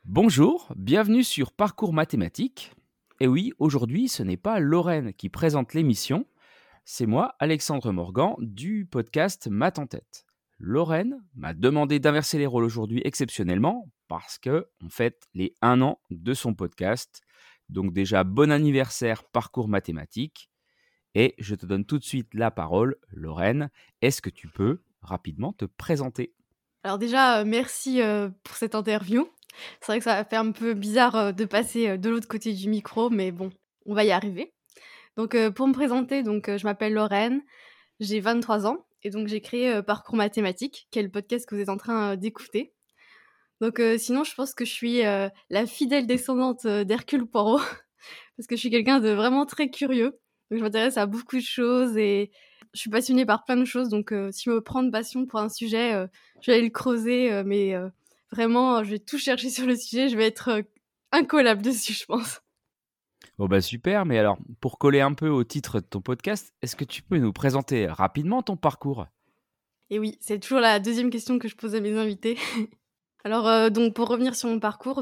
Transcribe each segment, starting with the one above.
Bonjour, bienvenue sur Parcours Mathématiques. Et oui, aujourd'hui, ce n'est pas Lorraine qui présente l'émission, c'est moi, Alexandre Morgan, du podcast Math en tête. Lorraine m'a demandé d'inverser les rôles aujourd'hui exceptionnellement parce que on fête les 1 an de son podcast. Donc déjà, bon anniversaire Parcours Mathématiques. Et je te donne tout de suite la parole, Lorraine. Est-ce que tu peux rapidement te présenter? Alors déjà, merci, pour cette interview. C'est vrai que ça va faire un peu bizarre, de passer, de l'autre côté du micro, mais bon, on va y arriver. Donc, pour me présenter, je m'appelle Lorraine, j'ai 23 ans et donc j'ai créé, Parcours Mathématiques, qui est le podcast que vous êtes en train, d'écouter. Donc, sinon je pense que je suis, la fidèle descendante, d'Hercule Poirot, parce que je suis quelqu'un de vraiment très curieux. Donc je m'intéresse à beaucoup de choses et je suis passionnée par plein de choses. Donc si je me prends de passion pour un sujet, je vais aller le creuser, vraiment, je vais tout chercher sur le sujet. Je vais être, incollable dessus, je pense. Bon bah super, mais alors pour coller un peu au titre de ton podcast, est-ce que tu peux nous présenter rapidement ton parcours? Et oui, c'est toujours la deuxième question que je pose à mes invités. Alors, donc pour revenir sur mon parcours,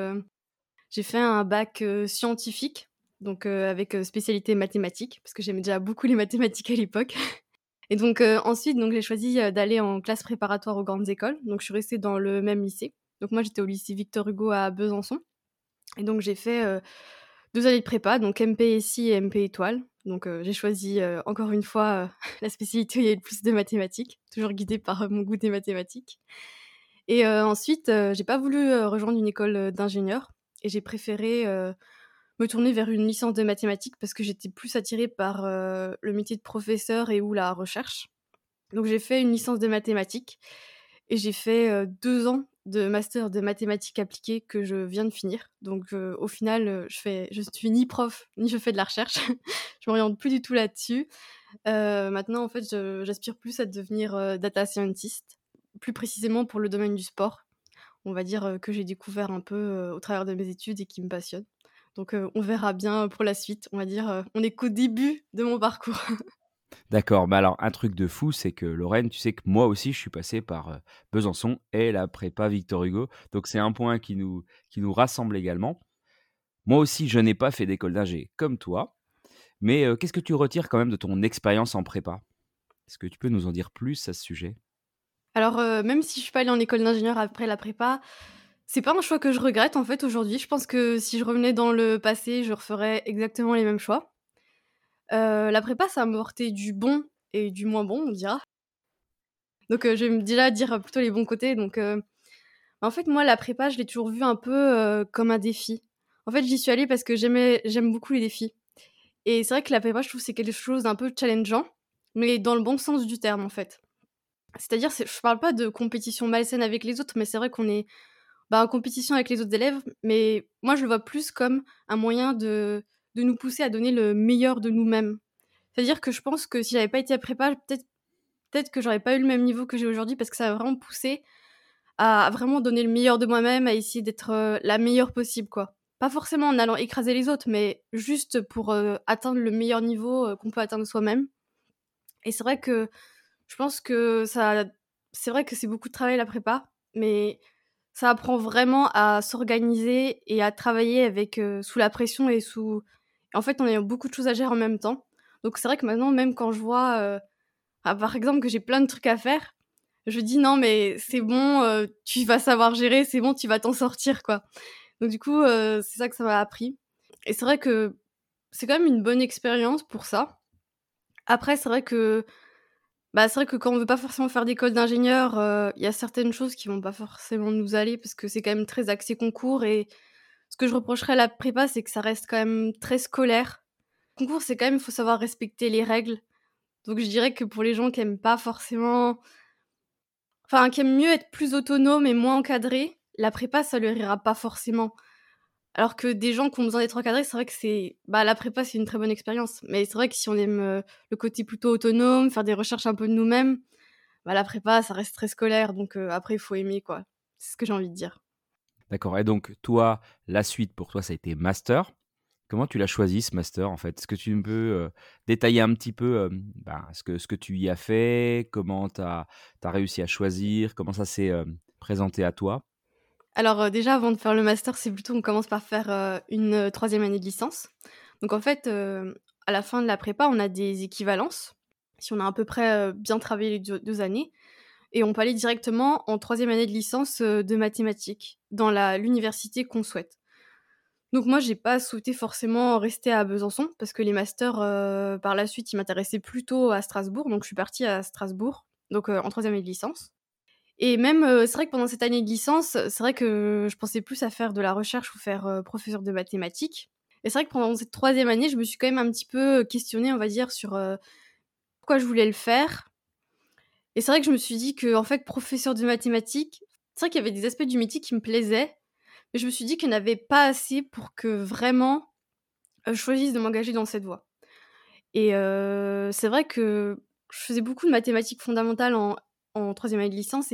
j'ai fait un bac, scientifique, avec, spécialité mathématiques, parce que j'aimais déjà beaucoup les mathématiques à l'époque. Et donc ensuite, j'ai choisi, d'aller en classe préparatoire aux grandes écoles. Donc je suis restée dans le même lycée. Donc moi, j'étais au lycée Victor Hugo à Besançon et donc j'ai fait, 2 années de prépa, donc MPSI et MP étoile. Donc j'ai choisi, encore une fois, la spécialité où il y avait le plus de mathématiques, toujours guidée par, mon goût des mathématiques. Et ensuite, j'ai pas voulu, rejoindre une école, d'ingénieur et j'ai préféré, me tourner vers une licence de mathématiques parce que j'étais plus attirée par, le métier de professeur et ou la recherche. Donc j'ai fait une licence de mathématiques et j'ai fait, 2 ans de master de mathématiques appliquées que je viens de finir. Donc au final, je suis ni prof, ni je fais de la recherche. Je m'oriente plus du tout là-dessus. Maintenant en fait, j'aspire plus à devenir, data scientist, plus précisément pour le domaine du sport. On va dire, que j'ai découvert un peu, au travers de mes études et qui me passionne. Donc on verra bien pour la suite. On va dire, on est qu'au début de mon parcours. D'accord, mais alors un truc de fou, c'est que Lorraine, tu sais que moi aussi je suis passé par, Besançon et la prépa Victor Hugo, donc c'est un point qui nous rassemble également. Moi aussi, je n'ai pas fait d'école d'ingé comme toi, mais, qu'est-ce que tu retires quand même de ton expérience en prépa? Est-ce que tu peux nous en dire plus à ce sujet? Alors, même si je suis pas allée en école d'ingénieur après la prépa, c'est pas un choix que je regrette, en fait, aujourd'hui. Je pense que si je revenais dans le passé, je referais exactement les mêmes choix. La prépa, ça m'a apporté du bon et du moins bon, on dira. Donc, je vais déjà dire plutôt les bons côtés. En fait, moi, la prépa, je l'ai toujours vue un peu, comme un défi. En fait, j'y suis allée parce que j'aime beaucoup les défis et c'est vrai que la prépa, je trouve que c'est quelque chose d'un peu challengeant, mais dans le bon sens du terme, en fait. C'est-à-dire, je parle pas de compétition malsaine avec les autres, mais c'est vrai qu'on est, en compétition avec les autres élèves, mais moi je le vois plus comme un moyen de nous pousser à donner le meilleur de nous-mêmes. C'est-à-dire que je pense que si j'avais pas été à prépa, peut-être que j'aurais pas eu le même niveau que j'ai aujourd'hui parce que ça m'a vraiment poussée à vraiment donner le meilleur de moi-même, à essayer d'être, la meilleure possible, quoi. Pas forcément en allant écraser les autres, mais juste pour, atteindre le meilleur niveau, qu'on peut atteindre soi-même. Et c'est vrai que je pense que ça c'est vrai que c'est beaucoup de travail la prépa, mais ça apprend vraiment à s'organiser et à travailler avec, sous la pression et en fait, en ayant beaucoup de choses à gérer en même temps. Donc c'est vrai que maintenant, même quand je vois, par exemple, que j'ai plein de trucs à faire, je dis: «Non mais c'est bon, tu vas savoir gérer, c'est bon, tu vas t'en sortir, quoi». Donc du coup, c'est ça que ça m'a appris et c'est vrai que c'est quand même une bonne expérience pour ça. Après c'est vrai que quand on veut pas forcément faire d'école d'ingénieur, il y a certaines choses qui vont pas forcément nous aller parce que c'est quand même très axé concours et ce que je reprocherais à la prépa, c'est que ça reste quand même très scolaire. Concours, c'est quand même il faut savoir respecter les règles. Donc je dirais que pour les gens qui aiment pas forcément qui aiment mieux être plus autonomes et moins encadrés, la prépa, ça leur ira pas forcément. Alors que des gens qui ont besoin d'être encadrés, c'est vrai que la prépa, c'est une très bonne expérience. Mais c'est vrai que si on aime, le côté plutôt autonome, faire des recherches un peu de nous-mêmes, la prépa, ça reste très scolaire, donc après, il faut aimer, quoi. C'est ce que j'ai envie de dire. D'accord, et donc toi, la suite pour toi, ça a été master. Comment tu l'as choisi ce master en fait? Est-ce que tu peux, détailler un petit peu, ce que tu y as fait? Comment tu as réussi à choisir? Comment ça s'est, présenté à toi? Alors, déjà avant de faire le master, c'est plutôt on commence par faire, une 3e année de licence. Donc en fait, à la fin de la prépa, on a des équivalences, si on a à peu près, bien travaillé les 2 années et on peut aller directement en 3e année de licence, de mathématiques dans l'université qu'on souhaite. Donc moi, j'ai pas souhaité forcément rester à Besançon parce que les masters, par la suite, ils m'intéressaient plutôt à Strasbourg, donc je suis partie à Strasbourg, donc en 3e année de licence et même, c'est vrai que pendant cette année de licence, c'est vrai que je pensais plus à faire de la recherche ou faire, professeur de mathématiques et c'est vrai que pendant cette 3e année, je me suis quand même un petit peu questionnée, on va dire, sur, pourquoi je voulais le faire et c'est vrai que je me suis dit qu'en fait, professeur de mathématiques, c'est vrai qu'il y avait des aspects du métier qui me plaisaient, mais je me suis dit qu'il n'y en avait pas assez pour que vraiment, je choisisse de m'engager dans cette voie et c'est vrai que je faisais beaucoup de mathématiques fondamentales en 3e année de licence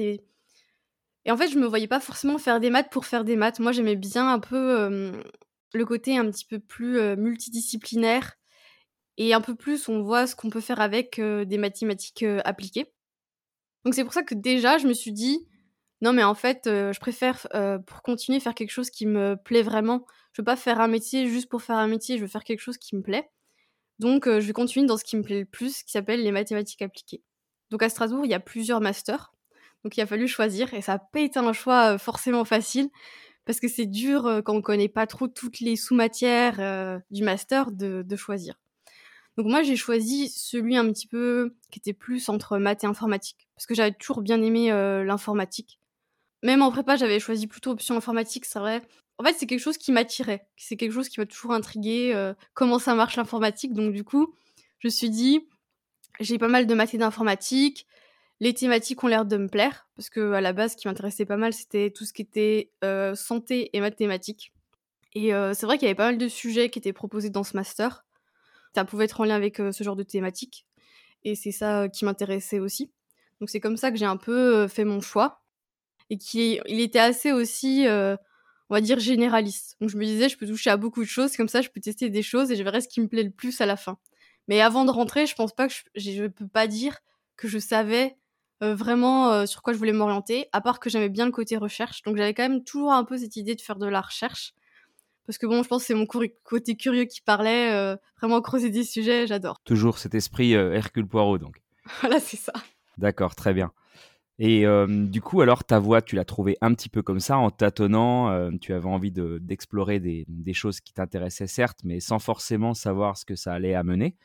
et en fait, je me voyais pas forcément faire des maths pour faire des maths. Moi, j'aimais bien un peu, le côté un petit peu plus, multidisciplinaire et un peu plus on voit ce qu'on peut faire avec, des mathématiques, appliquées. Donc c'est pour ça que déjà, je me suis dit: «Non mais en fait, je préfère pour continuer, faire quelque chose qui me plaît vraiment. Je veux pas faire un métier juste pour faire un métier, je veux faire quelque chose qui me plaît». Donc je vais continuer dans ce qui me plaît le plus, qui s'appelle les mathématiques appliquées. Donc à Strasbourg, il y a plusieurs masters, donc il a fallu choisir et ça a pas été un choix, forcément facile parce que c'est dur, quand on connaît pas trop toutes les sous-matières, du master de choisir. Donc moi, j'ai choisi celui un petit peu qui était plus entre maths et informatique parce que j'avais toujours bien aimé, l'informatique. Même en prépa, j'avais choisi plutôt option informatique, c'est vrai. En fait, c'est quelque chose qui m'attirait. C'est quelque chose qui m'a toujours intriguée, comment ça marche l'informatique. Donc du coup, je me suis dit: «J'ai pas mal de maths et d'informatique, les thématiques ont l'air de me plaire». Parce qu'à la base, ce qui m'intéressait pas mal, c'était tout ce qui était, santé et mathématiques et c'est vrai qu'il y avait pas mal de sujets qui étaient proposés dans ce master. Ça pouvait être en lien avec, ce genre de thématiques et c'est ça, qui m'intéressait aussi. Donc c'est comme ça que j'ai un peu, fait mon choix et il était assez aussi, on va dire généraliste. Donc je me disais: «Je peux toucher à beaucoup de choses, comme ça je peux tester des choses et je verrai ce qui me plaît le plus à la fin». Mais avant de rentrer, je pense pas que je peux pas dire que je savais, vraiment, sur quoi je voulais m'orienter, à part que j'aimais bien le côté recherche. Donc j'avais quand même toujours un peu cette idée de faire de la recherche parce que bon, je pense que c'est mon côté curieux qui parlait, vraiment creuser des sujets, j'adore. Toujours cet esprit Hercule Poirot, donc. Voilà, c'est ça. D'accord, très bien. Et du coup, alors, ta voie, tu l'as trouvée un petit peu comme ça, en tâtonnant. Tu avais envie d'explorer des choses qui t'intéressaient, certes, mais sans forcément savoir ce que ça allait amener.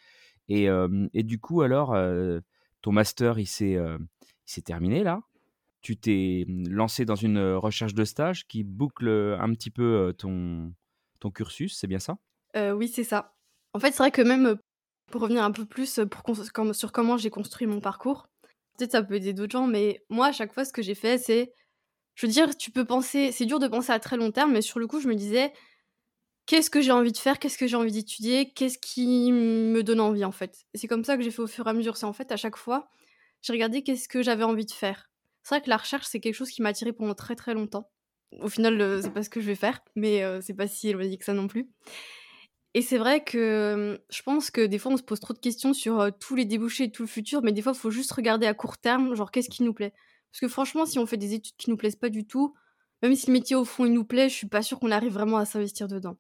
Et du coup, alors, ton master, il s'est terminé là. Tu t'es lancé dans une recherche de stage qui boucle un petit peu ton cursus, c'est bien ça? Oui, c'est ça. En fait, c'est vrai que même, pour revenir un peu plus, pour sur comment j'ai construit mon parcours, peut-être ça peut aider d'autres gens, mais moi, à chaque fois, ce que j'ai fait, c'est je veux dire, tu peux penser c'est dur de penser à très long terme, mais sur le coup, je me disais: «Qu'est-ce que j'ai envie de faire? Qu'est-ce que j'ai envie d'étudier? Qu'est-ce qui me donne envie?» en fait. Et c'est comme ça que j'ai fait au fur et à mesure. C'est en fait, à chaque fois, j'ai regardé qu'est-ce que j'avais envie de faire. C'est vrai que la recherche, c'est quelque chose qui m'a attirée pendant très, très longtemps. Au final, c'est pas ce que je vais faire, mais c'est pas si éloigné que ça non plus. Et c'est vrai que, je pense que des fois on se pose trop de questions sur, tous les débouchés et tout le futur, mais des fois il faut juste regarder à court terme, genre qu'est-ce qui nous plaît? Parce que franchement, si on fait des études qui nous plaisent pas du tout, même si le métier au fond il nous plaît, je suis pas sûre qu'on arrive vraiment à s'investir dedans.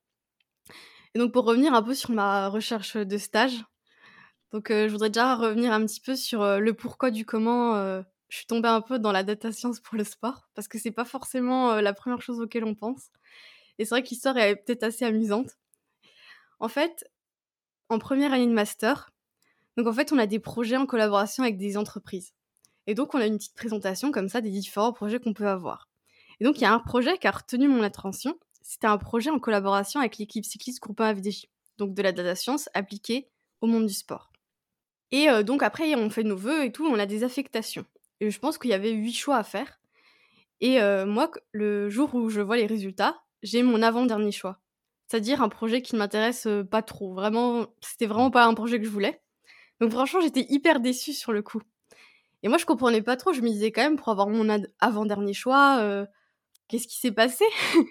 Et donc pour revenir un peu sur ma recherche, de stage, donc je voudrais déjà revenir un petit peu sur, le pourquoi du comment, je suis tombée un peu dans la data science pour le sport, parce que c'est pas forcément, la première chose auquel on pense. Et c'est vrai que l'histoire est peut-être assez amusante. En fait, en première année de master, donc en fait, on a des projets en collaboration avec des entreprises et donc on a une petite présentation comme ça des différents projets qu'on peut avoir. Et donc il y a un projet qui a retenu mon attention, c'était un projet en collaboration avec l'équipe cycliste Groupama FDJ, donc de la data science appliquée au monde du sport. Et donc après on fait nos vœux et tout, on a des affectations et je pense qu'il y avait 8 choix à faire et moi q le jour où je vois les résultats, j'ai mon avant-dernier choix. C'est-à-dire un projet qui ne m'intéresse, pas trop. Vraiment, c'était vraiment pas un projet que je voulais. Donc franchement, j'étais hyper déçue sur le coup et moi, je comprenais pas trop. Je me disais quand même pour avoir mon avant-dernier choix, qu'est-ce qui s'est passé?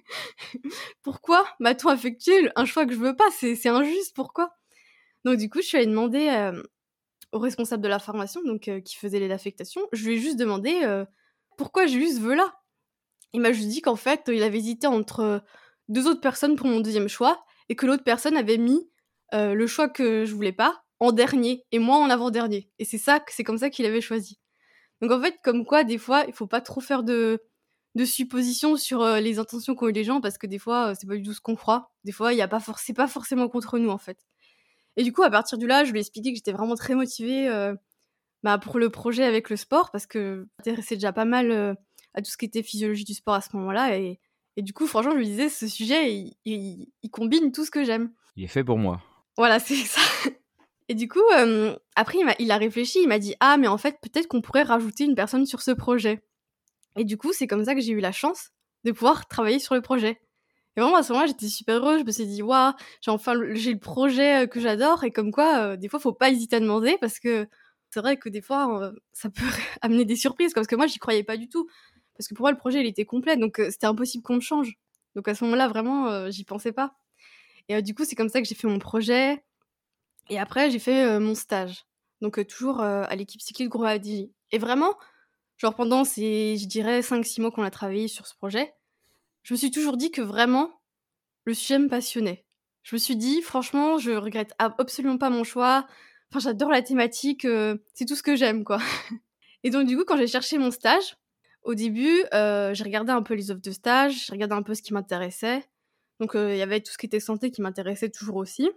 Pourquoi m'a-t-on affecté un choix que je veux pas? C'est injuste, pourquoi? Donc du coup, je suis allée demander, au responsable de la formation, donc qui faisait les affectations. Je lui ai juste demandé, pourquoi j'ai eu ce vœu-là? Il m'a juste dit qu'en fait, il avait hésité entre 2 autres personnes pour mon deuxième choix et que l'autre personne avait mis, le choix que je voulais pas en dernier et moi en avant-dernier et c'est comme ça qu'il avait choisi. Donc en fait, comme quoi des fois, il faut pas trop faire de suppositions sur, les intentions qu'ont eu les gens parce que des fois, c'est pas du tout ce qu'on croit. Des fois, il y a pas forc c'est pas forcément contre nous, en fait. Et du coup, à partir de là, je lui ai expliqué que j'étais vraiment très motivée, pour le projet avec le sport parce que je m'intéressais déjà pas mal, à tout ce qui était physiologie du sport à ce moment-là et du coup, franchement, je lui disais: «Ce sujet, il combine tout ce que j'aime». Il est fait pour moi. Voilà, c'est ça. Et du coup, après il a réfléchi, il m'a dit: «Ah mais en fait, peut-être qu'on pourrait rajouter une personne sur ce projet». Et du coup, c'est comme ça que j'ai eu la chance de pouvoir travailler sur le projet. Et vraiment à ce moment-là, j'étais super heureuse, je me suis dit: «Waouh, j'ai le projet, que j'adore» et comme quoi, des fois, faut pas hésiter à demander parce que c'est vrai que des fois, ça peut amener des surprises, parce que moi, j'y croyais pas du tout. Parce que pour moi, le projet, il était complet, donc c'était impossible qu'on le change. Donc à ce moment-là, vraiment, j'y pensais pas. Et du coup, c'est comme ça que j'ai fait mon projet et après j'ai fait, mon stage. Donc toujours, à l'équipe cycliste Groupe ADJ. Et vraiment, genre pendant ces, je dirais 5-6 mois qu'on a travaillé sur ce projet, je me suis toujours dit que vraiment le sujet me passionnait. Je me suis dit: «Franchement, je regrette absolument pas mon choix. Enfin, j'adore la thématique, c'est tout ce que j'aime, quoi». Et donc du coup, quand j'ai cherché mon stage, au début, j'ai regardé un peu les offres de stage, j'ai regardé un peu ce qui m'intéressait. Donc il y avait tout ce qui était santé qui m'intéressait toujours aussi.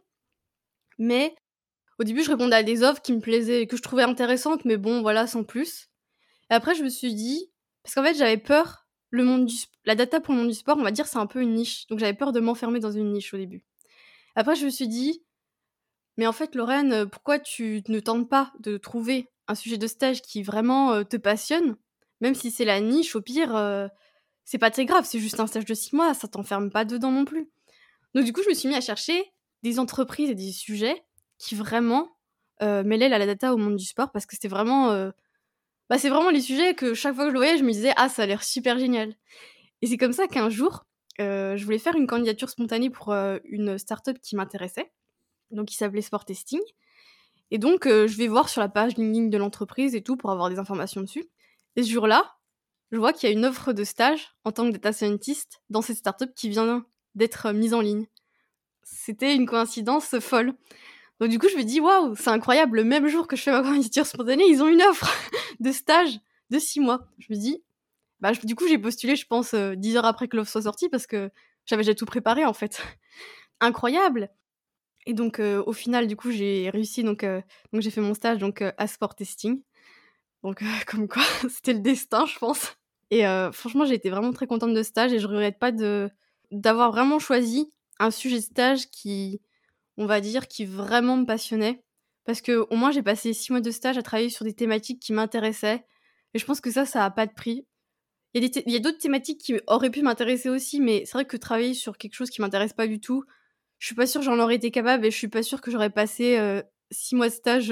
Mais au début, je répondais à des offres qui me plaisaient, que je trouvais intéressantes, mais bon, voilà, sans plus. Et après, je me suis dit parce qu'en fait, j'avais peur, la data pour le monde du sport, on va dire, c'est un peu une niche. Donc j'avais peur de m'enfermer dans une niche au début. Après, je me suis dit: «Mais en fait, Lorraine, pourquoi tu ne tentes pas de trouver un sujet de stage qui vraiment, te passionne? Même si c'est la niche, au pire, c'est pas très grave, c'est juste un stage de 6 mois, ça t'enferme pas dedans non plus». Donc du coup, je me suis mis à chercher des entreprises et des sujets qui vraiment, mêlaient la data au monde du sport parce que c'était vraiment, c'est vraiment les sujets que chaque fois que je le voyais, je me disais: «Ah, ça a l'air super génial». Et c'est comme ça qu'un jour, je voulais faire une candidature spontanée pour, une start-up qui m'intéressait, donc qui s'appelait Sport Testing. Et donc je vais voir sur la page LinkedIn de l'entreprise et tout pour avoir des informations dessus. Et ce jour-là, je vois qu'il y a une offre de stage en tant que data scientist dans cette start-up qui vient d'être mise en ligne. C'était une coïncidence folle. Donc du coup, je me dis: «Waouh, c'est incroyable, le même jour que je fais ma candidature spontanée, ils ont une offre de stage de 6 mois». Je me dis du coup, j'ai postulé, je pense, 10 heures après que l'offre soit sortie parce que j'avais déjà tout préparé, en fait. Incroyable. Et donc au final, du coup, j'ai réussi donc j'ai fait mon stage à Sport Testing. Donc comme quoi c'était le destin, je pense. Et franchement, j'ai été vraiment très contente de ce stage et je regrette pas d'avoir vraiment choisi un sujet de stage qui, on va dire, qui vraiment me passionnait. Parce qu'au moins j'ai passé 6 mois de stage à travailler sur des thématiques qui m'intéressaient et je pense que ça a pas de prix. Il y a d'autres thématiques qui auraient pu m'intéresser aussi, mais c'est vrai que travailler sur quelque chose qui m'intéresse pas du tout, je suis pas sûre que j'en aurais été capable et je suis pas sûre que j'aurais passé, 6 mois de stage,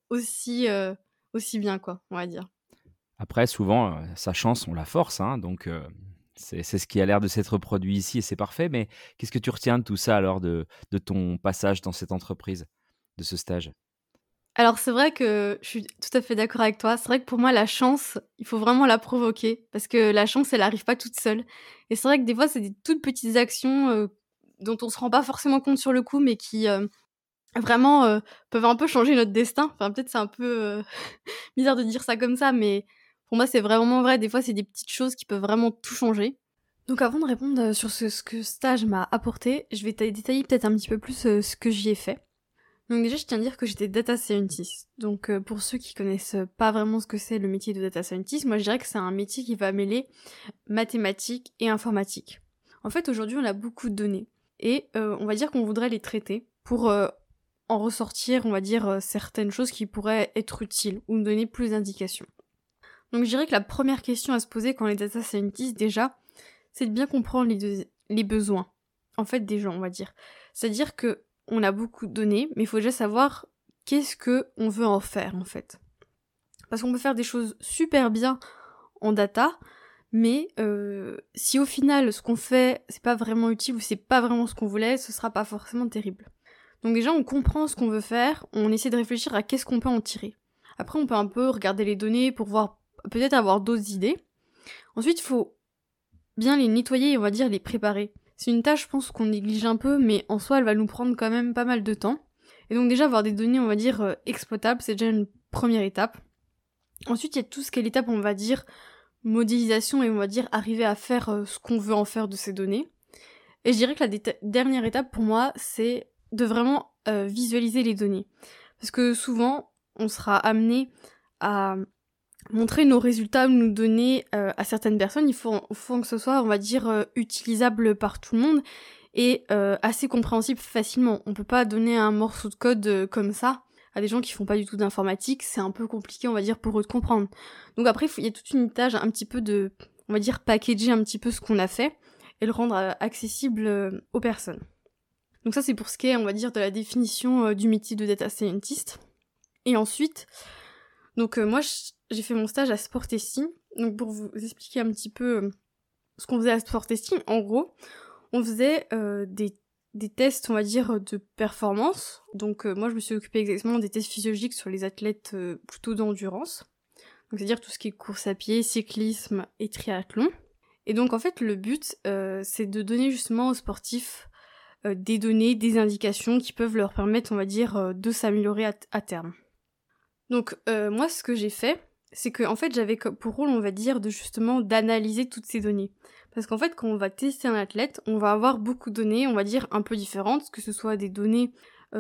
aussi bien, quoi, on va dire. Après souvent, sa chance, on la force, hein, donc c'est ce qui a l'air de s'être produit ici et c'est parfait. Mais qu'est-ce que tu retiens de tout ça alors de ton passage dans cette entreprise, de ce stage? Alors c'est vrai que je suis tout à fait d'accord avec toi. C'est vrai que pour moi la chance, il faut vraiment la provoquer parce que la chance, elle arrive pas toute seule. Et c'est vrai que des fois, c'est des toutes petites actions, dont on se rend pas forcément compte sur le coup, mais qui, vraiment, peuvent un peu changer notre destin. Enfin peut-être c'est un peu, bizarre de dire ça comme ça, mais pour moi c'est vraiment vrai. Des fois, c'est des petites choses qui peuvent vraiment tout changer. Donc avant de répondre, sur ce que stage m'a apporté, je vais détailler peut-être un petit peu plus, ce que j'y ai fait. Donc déjà, je tiens à dire que j'étais data scientist. Donc pour ceux qui connaissent pas vraiment ce que c'est le métier de data scientist, moi je dirais que c'est un métier qui va mêler mathématiques et informatique. En fait, aujourd'hui, on a beaucoup de données et on va dire qu'on voudrait les traiter pour en ressortir, on va dire, certaines choses qui pourraient être utiles ou nous donner plus d'indications. Donc je dirais que la première question à se poser quand on est data scientist, déjà, c'est de bien comprendre les besoins, en fait, des gens, on va dire. C'est-à-dire que on a beaucoup de données, mais il faut déjà savoir qu'est-ce que on veut en faire, en fait. Parce qu'on peut faire des choses super bien en data, mais si au final, ce qu'on fait, c'est pas vraiment utile ou c'est pas vraiment ce qu'on voulait, ce sera pas forcément terrible. Donc déjà, on comprend ce qu'on veut faire, on essaie de réfléchir à qu'est-ce qu'on peut en tirer. Après, on peut un peu regarder les données pour voir, peut-être avoir d'autres idées. Ensuite, il faut bien les nettoyer et on va dire les préparer. C'est une tâche, je pense, qu'on néglige un peu, mais en soi, elle va nous prendre quand même pas mal de temps. Et donc déjà, avoir des données, on va dire, exploitables, c'est déjà une première étape. Ensuite, il y a tout ce qui est l'étape, on va dire, modélisation et on va dire arriver à faire ce qu'on veut en faire de ces données. Et je dirais que la dernière étape pour moi, c'est de vraiment visualiser les données. Parce que souvent, on sera amené à montrer nos résultats, nos données à certaines personnes. Il faut que ce soit, on va dire, utilisable par tout le monde et assez compréhensible facilement. On peut pas donner un morceau de code comme ça à des gens qui font pas du tout d'informatique. C'est un peu compliqué, on va dire, pour eux de comprendre. Donc après, il y a toute une tâche un petit peu de, on va dire, packager un petit peu ce qu'on a fait et le rendre accessible aux personnes. Donc ça, c'est pour ce qui est, on va dire, de la définition du métier de data scientist. Et ensuite, donc moi, j'ai fait mon stage à Sport Testing. Donc pour vous expliquer un petit peu ce qu'on faisait à Sport Testing, en gros, on faisait des tests, on va dire, de performance. Donc moi, je me suis occupée exactement des tests physiologiques sur les athlètes plutôt d'endurance. Donc c'est-à-dire tout ce qui est course à pied, cyclisme et triathlon. Et donc en fait, le but, c'est de donner justement aux sportifs des données, des indications qui peuvent leur permettre, on va dire, de s'améliorer à terme. Donc moi, ce que j'ai fait, c'est que en fait, j'avais pour rôle, on va dire, de justement d'analyser toutes ces données. Parce qu'en fait, quand on va tester un athlète, on va avoir beaucoup de données, on va dire, un peu différentes, que ce soit des données,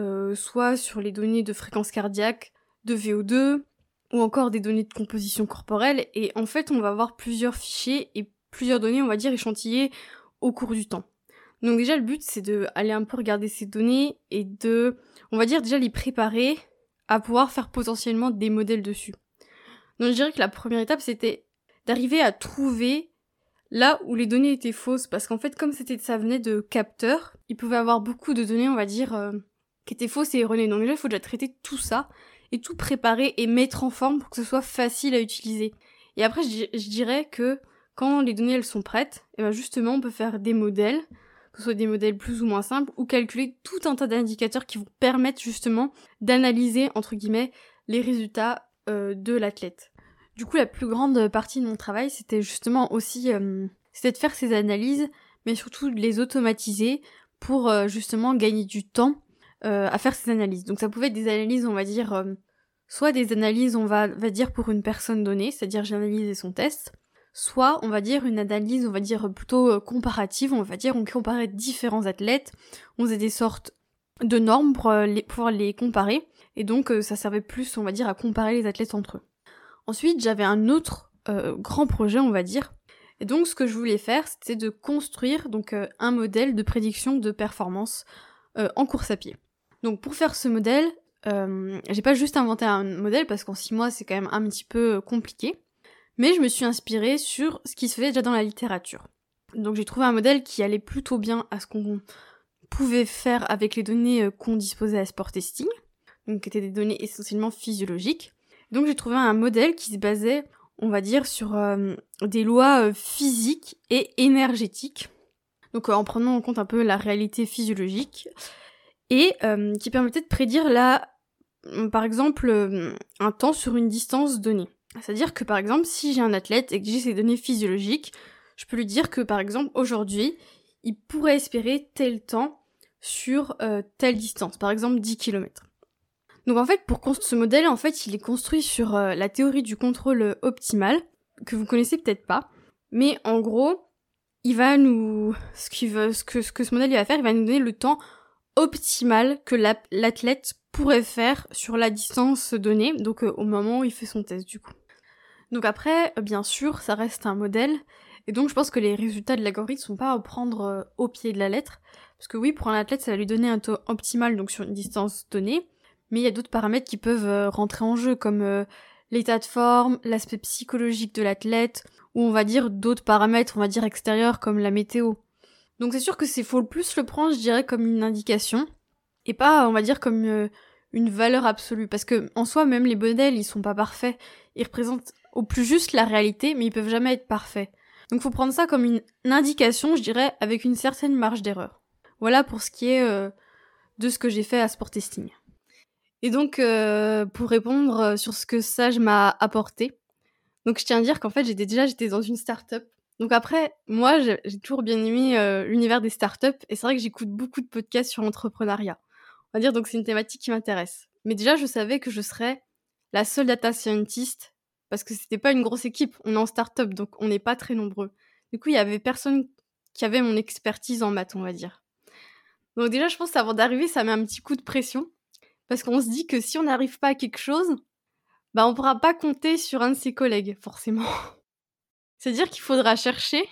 soit sur les données de fréquence cardiaque, de VO2, ou encore des données de composition corporelle, et en fait, on va avoir plusieurs fichiers et plusieurs données, on va dire, échantillées au cours du temps. Donc déjà, le but, c'est de aller un peu regarder ces données et de, on va dire, déjà les préparer à pouvoir faire potentiellement des modèles dessus. Donc je dirais que la première étape, c'était d'arriver à trouver là où les données étaient fausses, parce qu'en fait, comme ça venait de capteurs, il pouvait avoir beaucoup de données, on va dire, qui étaient fausses et erronées. Donc déjà, il faut déjà traiter tout ça, et tout préparer et mettre en forme pour que ce soit facile à utiliser. Et après, je dirais que quand les données, elles sont prêtes, et ben justement, on peut faire des modèles, que ce soit des modèles plus ou moins simples, ou calculer tout un tas d'indicateurs qui vont permettre justement d'analyser, entre guillemets, les résultats de l'athlète. Du coup, la plus grande partie de mon travail, c'était justement aussi c'était de faire ces analyses, mais surtout de les automatiser pour justement gagner du temps à faire ces analyses. Donc ça pouvait être des analyses, on va dire, soit des analyses, on va dire, pour une personne donnée, c'est-à-dire j'ai analysé son test, soit, on va dire, une analyse, on va dire, plutôt comparative, on va dire, on comparait différents athlètes, on faisait des sortes de normes pour pouvoir les comparer, et donc ça servait plus, on va dire, à comparer les athlètes entre eux. Ensuite, j'avais un autre grand projet, on va dire, et donc ce que je voulais faire, c'était de construire donc un modèle de prédiction de performance en course à pied. Donc pour faire ce modèle, j'ai pas juste inventé un modèle, parce qu'en 6 mois, c'est quand même un petit peu compliqué, mais je me suis inspirée sur ce qui se faisait déjà dans la littérature. Donc j'ai trouvé un modèle qui allait plutôt bien à ce qu'on pouvait faire avec les données qu'on disposait à Sport Testing, donc qui étaient des données essentiellement physiologiques. Donc j'ai trouvé un modèle qui se basait, on va dire, sur des lois physiques et énergétiques, donc en prenant en compte un peu la réalité physiologique, et qui permettait de prédire par exemple, un temps sur une distance donnée. C'est-à-dire que par exemple, si j'ai un athlète et que j'ai ces données physiologiques, je peux lui dire que par exemple, aujourd'hui, il pourrait espérer tel temps sur telle distance, par exemple 10 km. Donc en fait, pour construire ce modèle, en fait, il est construit sur la théorie du contrôle optimal, que vous connaissez peut-être pas, mais en gros, il va nous... Ce que ce modèle il va faire, il va nous donner le temps optimal que l'athlète pourrait faire sur la distance donnée, donc au moment où il fait son test du coup. Donc après, bien sûr, ça reste un modèle, et donc je pense que les résultats de l'algorithme sont pas à prendre au pied de la lettre, parce que oui, pour un athlète, ça va lui donner un taux optimal, donc sur une distance donnée, mais il y a d'autres paramètres qui peuvent rentrer en jeu, comme l'état de forme, l'aspect psychologique de l'athlète, ou on va dire d'autres paramètres, on va dire extérieurs, comme la météo. Donc c'est sûr que faut plus le prendre, je dirais, comme une indication, et pas, on va dire, comme une valeur absolue, parce que en soi, même les modèles, ils sont pas parfaits, ils représentent au plus juste la réalité, mais ils peuvent jamais être parfaits. Donc faut prendre ça comme une indication, je dirais, avec une certaine marge d'erreur. Voilà pour ce qui est de ce que j'ai fait à Sport Testing. Et donc, pour répondre sur ce que Sage m'a apporté, donc je tiens à dire qu'en fait, j'étais dans une start-up Donc après, moi, j'ai toujours bien aimé, l'univers des startups et c'est vrai que j'écoute beaucoup de podcasts sur l'entrepreneuriat. On va dire donc c'est une thématique qui m'intéresse. Mais déjà, je savais que je serais la seule data scientist parce que c'était pas une grosse équipe. On est en startup, donc on n'est pas très nombreux. Du coup, il y avait personne qui avait mon expertise en maths, on va dire. Donc déjà, je pense qu'avant d'arriver, ça met un petit coup de pression parce qu'on se dit que si on n'arrive pas à quelque chose, bah, on pourra pas compter sur un de ses collègues, forcément. C'est-à-dire qu'il faudra chercher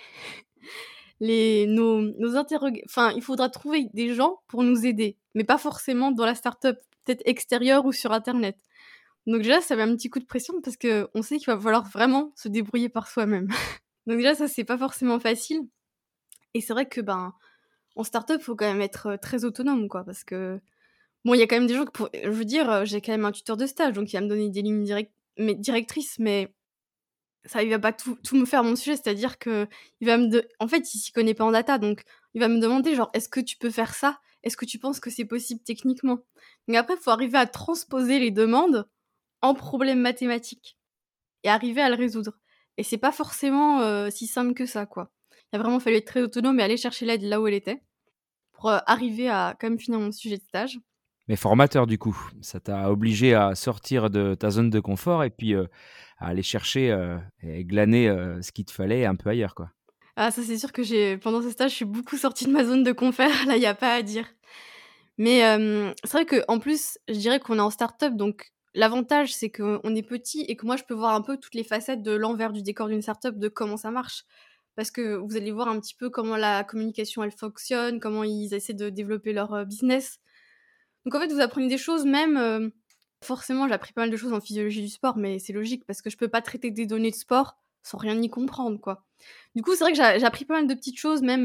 nos enfin, il faudra trouver des gens pour nous aider, mais pas forcément dans la start-up, peut-être extérieure ou sur internet. Donc déjà, ça met un petit coup de pression parce qu'on sait qu'il va falloir vraiment se débrouiller par soi-même. Donc déjà, ça, c'est pas forcément facile et c'est vrai que, ben, en start-up, faut quand même être, très autonome, quoi, parce que bon, il y a quand même des gens que pour je veux dire, j'ai quand même un tuteur de stage, donc il va me donner des lignes directrices, mais ça, il va pas tout me faire mon sujet, c'est-à-dire qu'il va me de en fait, il s'y connaît pas en data, donc il va me demander genre: «Est-ce que tu peux faire ça? Est-ce que tu penses que c'est possible techniquement?» Donc après, il faut arriver à transposer les demandes en problèmes mathématiques et arriver à le résoudre et c'est pas forcément, si simple que ça, quoi. Il a vraiment fallu être très autonome et aller chercher l'aide là où elle était pour, arriver à quand même finir mon sujet de stage. Mais formateur du coup, ça t'a obligé à sortir de ta zone de confort et puis, à aller chercher, et glaner, ce qu'il te fallait un peu ailleurs, quoi. Ah ça, c'est sûr que pendant ce stage, je suis beaucoup sortie de ma zone de confort, là, il y a pas à dire. Mais c'est vrai qu'en plus, je dirais qu'on est en start-up, donc l'avantage, c'est qu'on est petit et que moi, je peux voir un peu toutes les facettes de l'envers du décor d'une start-up, de comment ça marche. Parce que vous allez voir un petit peu comment la communication, elle fonctionne, comment ils essaient de développer leur, business. Donc en fait, vous apprenez des choses même, forcément, j'ai appris pas mal de choses en physiologie du sport, mais c'est logique parce que je peux pas traiter des données de sport sans rien y comprendre, quoi. Du coup, c'est vrai que j'ai appris pas mal de petites choses même,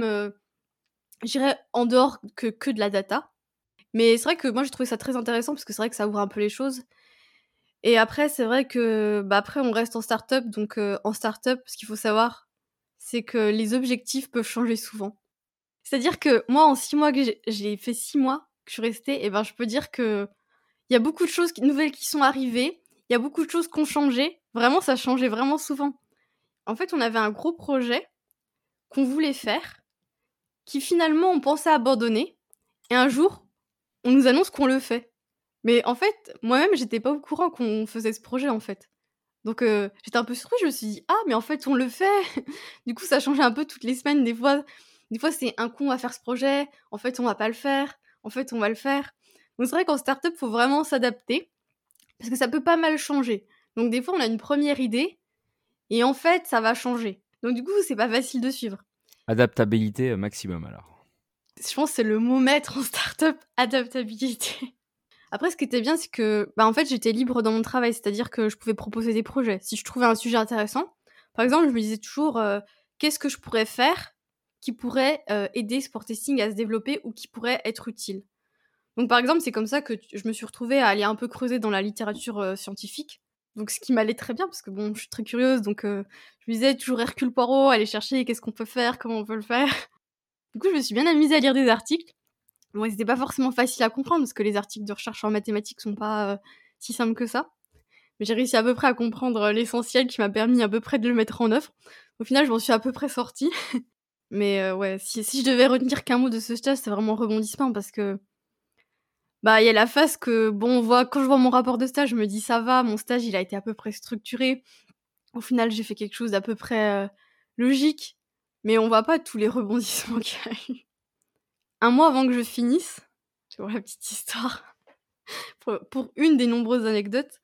je dirais en dehors que de la data. Mais c'est vrai que moi, j'ai trouvé ça très intéressant parce que c'est vrai que ça ouvre un peu les choses et après, c'est vrai que, bah, après on reste en start-up donc en start-up, ce qu'il faut savoir, c'est que les objectifs peuvent changer souvent. C'est-à-dire que moi, en 6 mois que j'ai fait 6 mois que je suis restée et ben, je peux dire qu'il y a beaucoup de choses nouvelles qui sont arrivées, il y a beaucoup de choses qui ont changé. Vraiment, ça changeait vraiment souvent. En fait, on avait un gros projet qu'on voulait faire, qui finalement on pensait abandonner et un jour, on nous annonce qu'on le fait. Mais en fait, moi-même, j'étais pas au courant qu'on faisait ce projet, en fait. Donc j'étais un peu surprise, je me suis dit: «Ah mais en fait, on le fait!» Du coup, ça changeait un peu toutes les semaines. Des fois, c'est un coup, on va faire ce projet, en fait, on va pas le faire, en fait, on va le faire. Donc c'est vrai qu'en start-up, faut vraiment s'adapter parce que ça peut pas mal changer. Donc des fois, on a une première idée et en fait, ça va changer. Donc du coup, c'est pas facile de suivre. Adaptabilité, maximum alors. Je pense que c'est le mot maître en start-up, adaptabilité. Après, ce qui était bien, c'est que, bah, en fait, j'étais libre dans mon travail, c'est-à-dire que je pouvais proposer des projets. Si je trouvais un sujet intéressant, par exemple, je me disais toujours, «Qu'est-ce que je pourrais faire qui pourrait, aider Sport Testing à se développer ou qui pourrait être utile?» Donc par exemple, c'est comme ça que je me suis retrouvée à aller un peu creuser dans la littérature, scientifique. Donc ce qui m'allait très bien parce que bon, je suis très curieuse donc je me disais toujours Hercule Poirot, aller chercher qu'est-ce qu'on peut faire, comment on peut le faire. Du coup, je me suis bien amusée à lire des articles. Bon, ils étaient pas forcément faciles à comprendre parce que les articles de recherche en mathématiques sont pas, si simples que ça. Mais j'ai réussi à peu près à comprendre, l'essentiel qui m'a permis à peu près de le mettre en œuvre. Au final, je m'en suis à peu près sortie. Mais, ouais, si je devais retenir qu'un mot de ce stage, c'est vraiment rebondissement parce que, bah, il y a la phase que bon, on voit quand je vois mon rapport de stage, je me dis: «Ça va, mon stage, il a été à peu près structuré». Au final, j'ai fait quelque chose d'à peu près, logique, mais on voit pas tous les rebondissements qu'il y a eu. Un mois avant que je finisse, je vous la petite histoire. Pour une des nombreuses anecdotes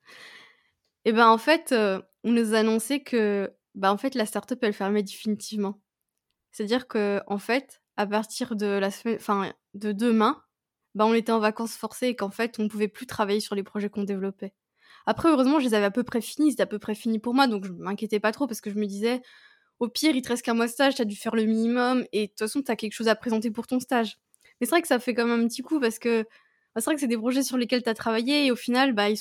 et ben, en fait, on nous a annoncé que, bah, en fait, la start-up, elle fermait définitivement. C'est-à-dire qu'en fait, à partir de de demain, bah, on était en vacances forcées et qu'en fait, on pouvait plus travailler sur les projets qu'on développait. Après, heureusement, je les avais à peu près finis, c'était à peu près fini pour moi, donc je m'inquiétais pas trop parce que je me disais: «Au pire, il te reste qu'un mois de stage, tu as dû faire le minimum et de toute façon, tu as quelque chose à présenter pour ton stage». Mais c'est vrai que ça fait quand même un petit coup parce que, bah, c'est vrai que c'est des projets sur lesquels tu as travaillé et au final, bah,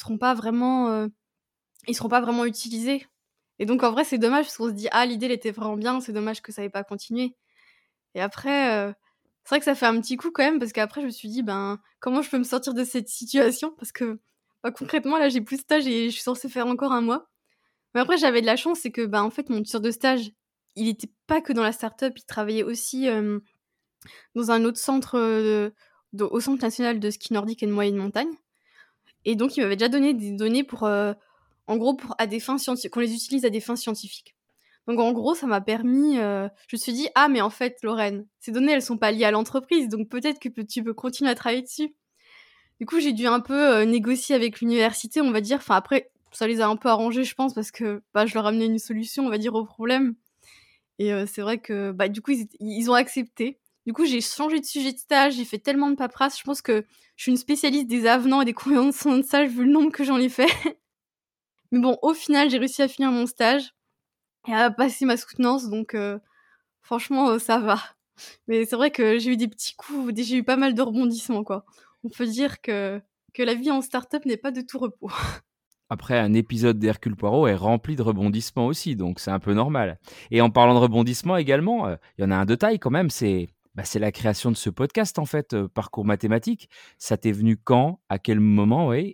ils seront pas vraiment utilisés et donc en vrai, c'est dommage parce qu'on se dit: «Ah, l'idée, elle était vraiment bien, c'est dommage que ça ait pas continué» et après, c'est vrai que ça fait un petit coup quand même parce qu'après je me suis dit: «Ben, comment je peux me sortir de cette situation?» parce que, bah, concrètement, là, j'ai plus de stage et je suis censée faire encore un mois. Mais après, j'avais de la chance, c'est que, bah, en fait, mon tuteur de stage, il était pas que dans la start-up, il travaillait aussi, dans un autre centre, au Centre national de ski nordique et de moyenne montagne et donc il m'avait déjà donné des données pour, en gros pour à des fins qu'on les utilise à des fins scientifiques. Donc en gros, ça m'a permis, je me suis dit: «Ah mais en fait Lorraine, ces données elles sont pas liées à l'entreprise, donc peut-être que tu peux continuer à travailler dessus». Du coup, j'ai dû un peu, négocier avec l'université, on va dire. Enfin après, ça les a un peu arrangés, je pense, parce que, bah, je leur ai amené une solution, on va dire, au problème et c'est vrai que, bah, du coup, ils ont accepté. Du coup, j'ai changé de sujet de stage, j'ai fait tellement de paperasse. Je pense que je suis une spécialiste des avenants et des conventions de stage vu le nombre que j'en ai fait. Mais bon, au final, j'ai réussi à finir mon stage et à passer ma soutenance donc franchement, ça va. Mais c'est vrai que j'ai eu des petits coups, j'ai eu pas mal de rebondissements, quoi. On peut dire que la vie en start-up n'est pas de tout repos. Après, un épisode d'Hercule Poirot est rempli de rebondissements aussi, donc c'est un peu normal. Et en parlant de rebondissements également, il y en a un de taille quand même, c'est la création de ce podcast en fait, Parcours Mathématiques. Ça t'est venu quand? À quel moment? Oui,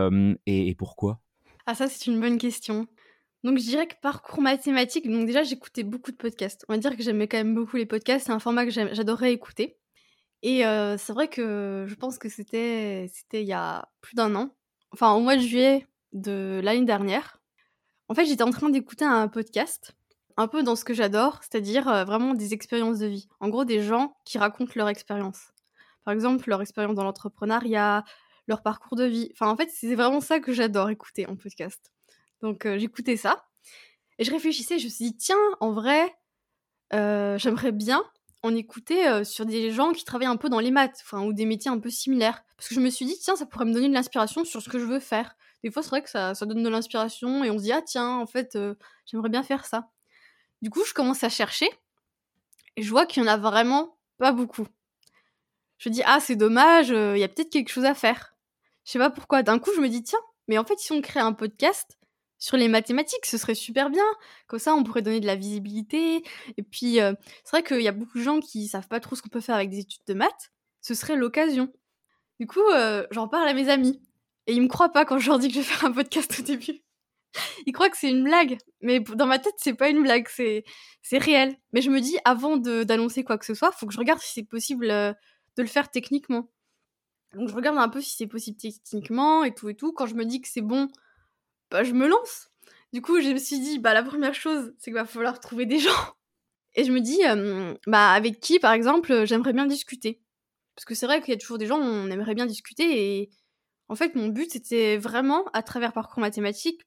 et pourquoi? Ah ça, c'est une bonne question. Donc je dirais que parcours mathématique, donc déjà j'écoutais beaucoup de podcasts. On va dire que j'aimais quand même beaucoup les podcasts, c'est un format que j'adorais écouter et c'est vrai que je pense que c'était il y a plus d'un an, enfin au mois de juillet de l'année dernière. En fait, j'étais en train d'écouter un podcast, un peu dans ce que j'adore, c'est-à-dire, vraiment des expériences de vie. En gros, des gens qui racontent leur expérience. Par exemple, leur expérience dans l'entrepreneuriat, leur parcours de vie. Enfin, en fait, c'est vraiment ça que j'adore écouter en podcast. Donc j'écoutais ça et je réfléchissais, je me suis dit: «Tiens, en vrai, j'aimerais bien en écouter, sur des gens qui travaillent un peu dans les maths, enfin ou des métiers un peu similaires». Parce que je me suis dit: «Tiens, ça pourrait me donner de l'inspiration sur ce que je veux faire». Des fois, c'est vrai que ça donne de l'inspiration et on se dit: «Ah tiens, en fait, j'aimerais bien faire ça». Du coup, je commence à chercher et je vois qu'il y en a vraiment pas beaucoup. Je me dis: «Ah, c'est dommage, il y a peut-être quelque chose à faire». Je sais pas pourquoi. D'un coup, je me dis: «Tiens, mais en fait, si on crée un podcast sur les mathématiques, ce serait super bien. Comme ça, on pourrait donner de la visibilité et puis, c'est vrai qu'il y a beaucoup de gens qui savent pas trop ce qu'on peut faire avec des études de maths. Ce serait l'occasion». Du coup, j'en parle à mes amis et ils me croient pas quand je leur dis que je vais faire un podcast au début. Ils croient que c'est une blague, mais dans ma tête, c'est pas une blague, c'est réel. Mais je me dis avant d'annoncer quoi que ce soit, faut que je regarde si c'est possible, de le faire techniquement. Donc je regarde un peu si c'est possible techniquement et tout et tout. Quand je me dis que c'est bon, bah, je me lance. Du coup, je me suis dit: «Bah, la première chose, c'est qu'il va falloir trouver des gens» et je me dis, bah, avec qui, par exemple, j'aimerais bien discuter? Parce que c'est vrai qu'il y a toujours des gens, on aimerait bien discuter et en fait, mon but, c'était vraiment, à travers Parcours Mathématiques,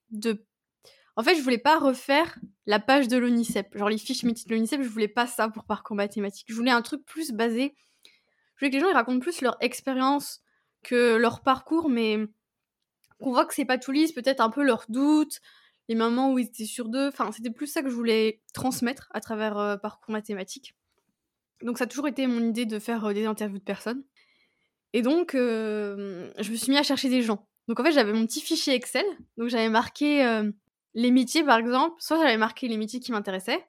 en fait, je voulais pas refaire la page de l'ONICEP. Genre les fiches métiers de l'ONICEP, je voulais pas ça pour Parcours Mathématiques. Je voulais un truc plus basé. Je voulais que les gens ils racontent plus leur expérience que leur parcours, mais qu'on voit que c'est pas tout lisse, peut-être un peu leurs doutes, les moments où ils étaient sûrs d'eux. Enfin, c'était plus ça que je voulais transmettre à travers Parcours Mathématiques. Donc ça a toujours été mon idée de faire des interviews de personnes. Et donc, je me suis mis à chercher des gens. Donc en fait, j'avais mon petit fichier Excel, donc j'avais marqué, les métiers par exemple, soit j'avais marqué les métiers qui m'intéressaient,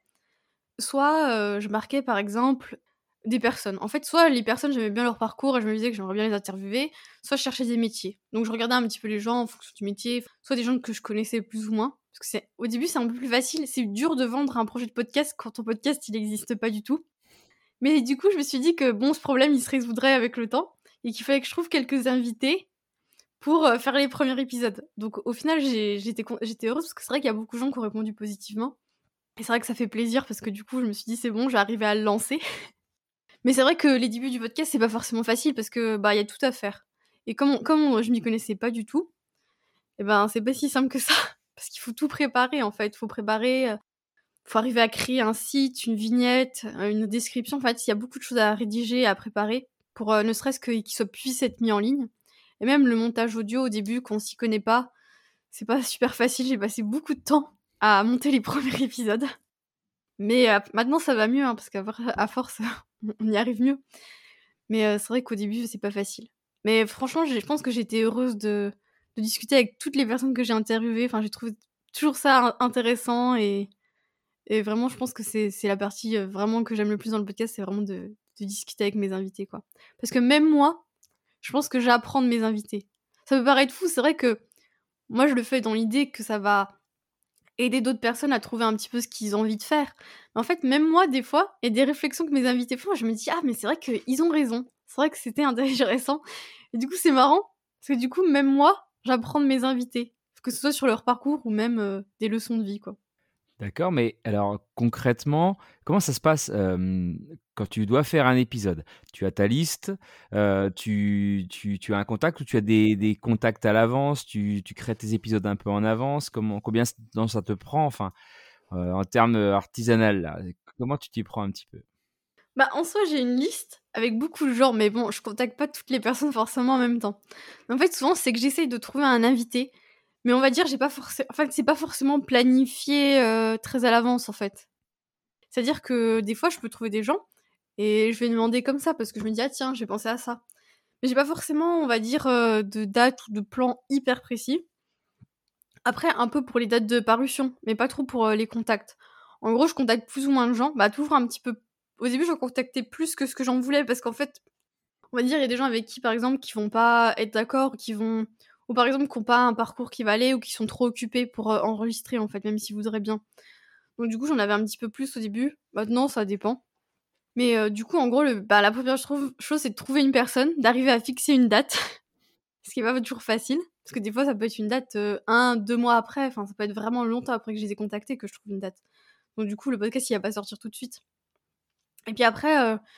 soit, je marquais par exemple des personnes. En fait, soit les personnes, j'aimais bien leur parcours et je me disais que j'aimerais bien les interviewer, soit je cherchais des métiers. Donc je regardais un petit peu les gens en fonction du métier, soit des gens que je connaissais plus ou moins. Parce que au début, c'est un peu plus facile, c'est dur de vendre un projet de podcast quand ton podcast, il n'existe pas du tout. Mais du coup, je me suis dit que bon, ce problème, il se résoudrait avec le temps et qu'il fallait que je trouve quelques invités pour, faire les premiers épisodes. Donc au final, j'étais heureuse parce que c'est vrai qu'il y a beaucoup de gens qui ont répondu positivement et c'est vrai que ça fait plaisir parce que du coup, je me suis dit: «C'est bon, je vais arriver à le lancer». Mais c'est vrai que les débuts du podcast, c'est pas forcément facile parce que, bah, il y a tout à faire et je m'y connaissais pas du tout et ben, c'est pas si simple que ça parce qu'il faut tout préparer, en fait. Faut arriver à créer un site, une vignette, une description. En fait, il y a beaucoup de choses à rédiger, à préparer pour, ne serait-ce que qu'il puisse être mis en ligne et même le montage audio au début, quand on s'y connaît pas, c'est pas super facile. J'ai passé beaucoup de temps à monter les premiers épisodes. Mais, maintenant ça va mieux, hein, parce à force, on y arrive mieux. Mais, c'est vrai qu'au début, c'est pas facile. Mais franchement, je pense que j'étais heureuse de discuter avec toutes les personnes que j'ai interviewées. Enfin, j'ai trouvé toujours ça intéressant et vraiment, je pense que c'est la partie, vraiment que j'aime le plus dans le podcast, c'est vraiment de discuter avec mes invités, quoi. Parce que même moi, je pense que j'apprends de mes invités. Ça peut paraître fou, c'est vrai que moi, je le fais dans l'idée que ça va aider d'autres personnes à trouver un petit peu ce qu'ils ont envie de faire. Mais en fait, même moi, des fois, il y a des réflexions que mes invités font, je me dis: «Ah mais c'est vrai qu'ils ont raison. C'est vrai que c'était intéressant» et du coup, c'est marrant parce que du coup, même moi, j'apprends de mes invités, que ce soit sur leur parcours ou même, des leçons de vie, quoi. D'accord, mais alors concrètement, comment ça se passe, quand tu dois faire un épisode? Tu as ta liste, tu as un contact ou tu as des contacts à l'avance? Tu crées tes épisodes un peu en avance? Combien de temps ça te prend? Enfin, en termes, artisanal là, comment tu t'y prends un petit peu? Bah, en soi, j'ai une liste avec beaucoup de gens, mais bon, je contacte pas toutes les personnes forcément en même temps. En fait, souvent, c'est que j'essaye de trouver un invité, mais on va dire, j'ai pas forcé en fait, c'est pas forcément planifié, très à l'avance, en fait. C'est-à-dire que des fois, je peux trouver des gens et je vais demander comme ça parce que je me dis: «Ah tiens, j'ai pensé à ça». Mais j'ai pas forcément, on va dire, de date ou de plan hyper précis. Après, un peu pour les dates de parution, mais pas trop pour, les contacts. En gros, je contacte plus ou moins de gens, bah, toujours un petit peu au début, j'en contactais plus que ce que j'en voulais parce qu'en fait, on va dire, il y a des gens avec qui, par exemple, qui vont pas être d'accord, qui vont ou par exemple, qui ont pas un parcours qui va aller ou qui sont trop occupés pour, enregistrer, en fait, même s'ils voudraient bien. Donc du coup, j'en avais un petit peu plus au début. Maintenant, ça dépend. Mais du coup, en gros, la première chose, c'est de trouver une personne, d'arriver à fixer une date, ce qui est pas toujours facile, parce que des fois, ça peut être une date, 1-2 mois après, enfin, ça peut être vraiment longtemps après que je les ai contactés que je trouve une date. Donc du coup, le podcast, il va pas sortir tout de suite. Et puis après,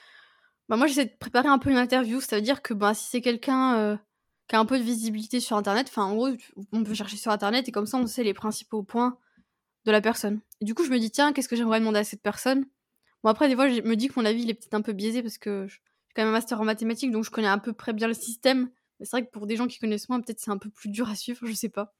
bah, moi, j'essaie de préparer un peu une interview. Ça veut dire que, bah, si c'est quelqu'un, qui a un peu de visibilité sur internet, enfin, en gros, on peut chercher sur internet et comme ça, on sait les principaux points de la personne. Et du coup, je me dis: «Tiens, qu'est-ce que j'aimerais demander à cette personne?» Bon après des fois je me dis que mon avis il est peut-être un peu biaisé parce que j'ai quand même un master en mathématiques donc je connais à peu près bien le système. Mais c'est vrai que pour des gens qui connaissent moins, peut-être c'est un peu plus dur à suivre, je sais pas.